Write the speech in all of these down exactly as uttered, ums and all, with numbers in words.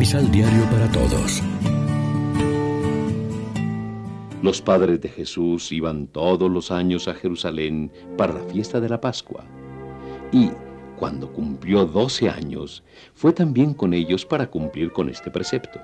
Misal Diario para Todos. Los padres de Jesús iban todos los años a Jerusalén para la fiesta de la Pascua. Y cuando cumplió doce años, fue también con ellos para cumplir con este precepto.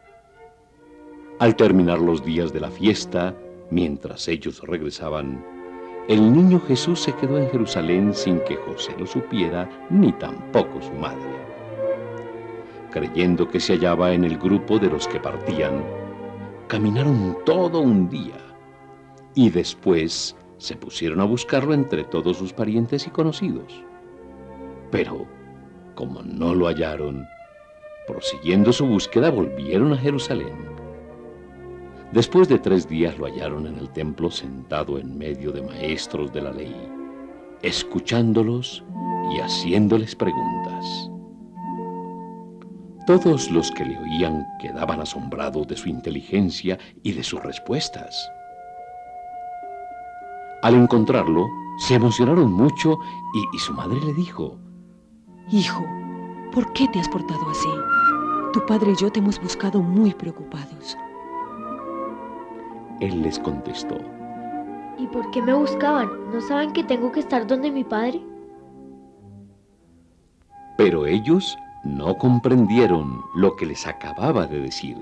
Al terminar los días de la fiesta, mientras ellos regresaban, el niño Jesús se quedó en Jerusalén sin que José lo supiera, ni tampoco su madre. Creyendo que se hallaba en el grupo de los que partían, caminaron todo un día y después se pusieron a buscarlo entre todos sus parientes y conocidos. Pero, como no lo hallaron, prosiguiendo su búsqueda, volvieron a Jerusalén. Después de tres días lo hallaron en el templo sentado en medio de maestros de la ley, escuchándolos y haciéndoles preguntas. Todos los que le oían quedaban asombrados de su inteligencia y de sus respuestas. Al encontrarlo, se emocionaron mucho y, y su madre le dijo: Hijo, ¿por qué te has portado así? Tu padre y yo te hemos buscado muy preocupados. Él les contestó: ¿Y por qué me buscaban? ¿No saben que tengo que estar donde mi padre? Pero ellos no comprendieron lo que les acababa de decir.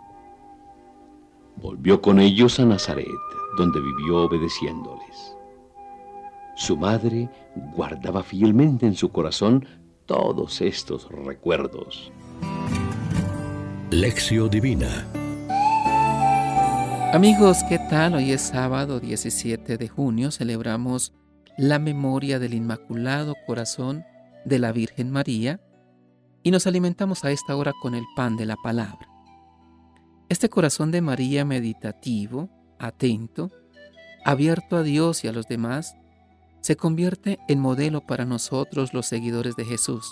Volvió con ellos a Nazaret, donde vivió obedeciéndoles. Su madre guardaba fielmente en su corazón todos estos recuerdos. Lección Divina. Amigos, ¿qué tal? Hoy es sábado diecisiete de junio, celebramos la memoria del Inmaculado Corazón de la Virgen María y nos alimentamos a esta hora con el pan de la palabra. Este corazón de María meditativo, atento, abierto a Dios y a los demás, se convierte en modelo para nosotros los seguidores de Jesús.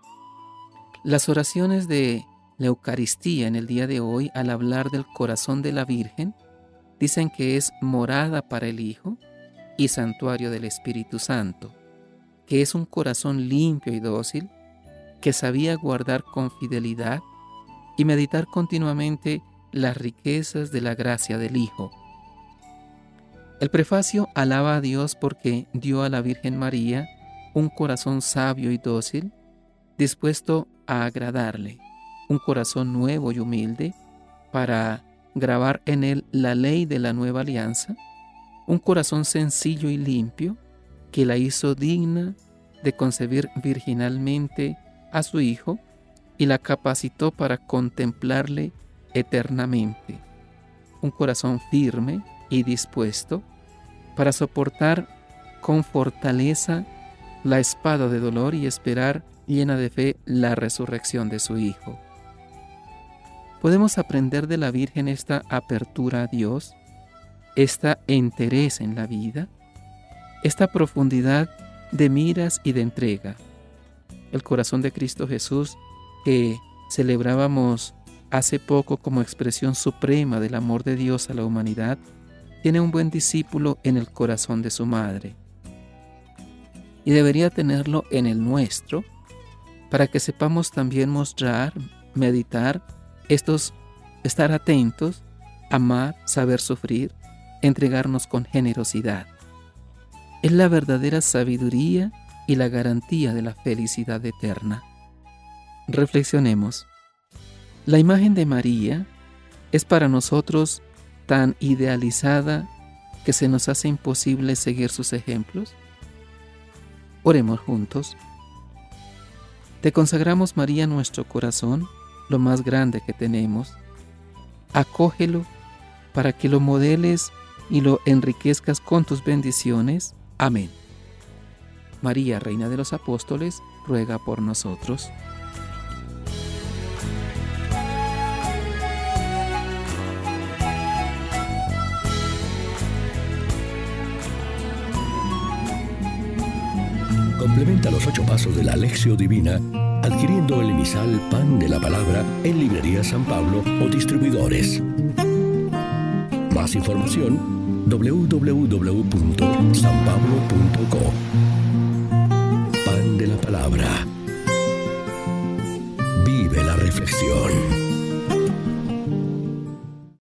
Las oraciones de la Eucaristía en el día de hoy, al hablar del corazón de la Virgen, dicen que es morada para el Hijo y santuario del Espíritu Santo, que es un corazón limpio y dócil, que sabía guardar con fidelidad y meditar continuamente las riquezas de la gracia del Hijo. El prefacio alaba a Dios porque dio a la Virgen María un corazón sabio y dócil, dispuesto a agradarle, un corazón nuevo y humilde para grabar en él la ley de la nueva alianza, un corazón sencillo y limpio que la hizo digna de concebir virginalmente a su Hijo y la capacitó para contemplarle eternamente, un corazón firme y dispuesto para soportar con fortaleza la espada de dolor y esperar llena de fe la resurrección de su Hijo. Podemos aprender de la Virgen esta apertura a Dios, esta entereza en la vida, esta profundidad de miras y de entrega. El corazón de Cristo Jesús, que celebrábamos hace poco como expresión suprema del amor de Dios a la humanidad, tiene un buen discípulo en el corazón de su madre. Y debería tenerlo en el nuestro, para que sepamos también mostrar, meditar, estos, estar atentos, amar, saber sufrir, entregarnos con generosidad. Es la verdadera sabiduría y la garantía de la felicidad eterna. Reflexionemos. La imagen de María es para nosotros tan idealizada que se nos hace imposible seguir sus ejemplos. Oremos juntos. Te consagramos, María, nuestro corazón, lo más grande que tenemos. Acógelo para que lo modeles y lo enriquezcas con tus bendiciones. Amén. María, Reina de los Apóstoles, ruega por nosotros. Complementa los ocho pasos de la Lección Divina adquiriendo el emisal Pan de la Palabra en Librería San Pablo o distribuidores. Más información doble u doble u doble u punto san pablo punto co. Pan de la Palabra. Vive la reflexión.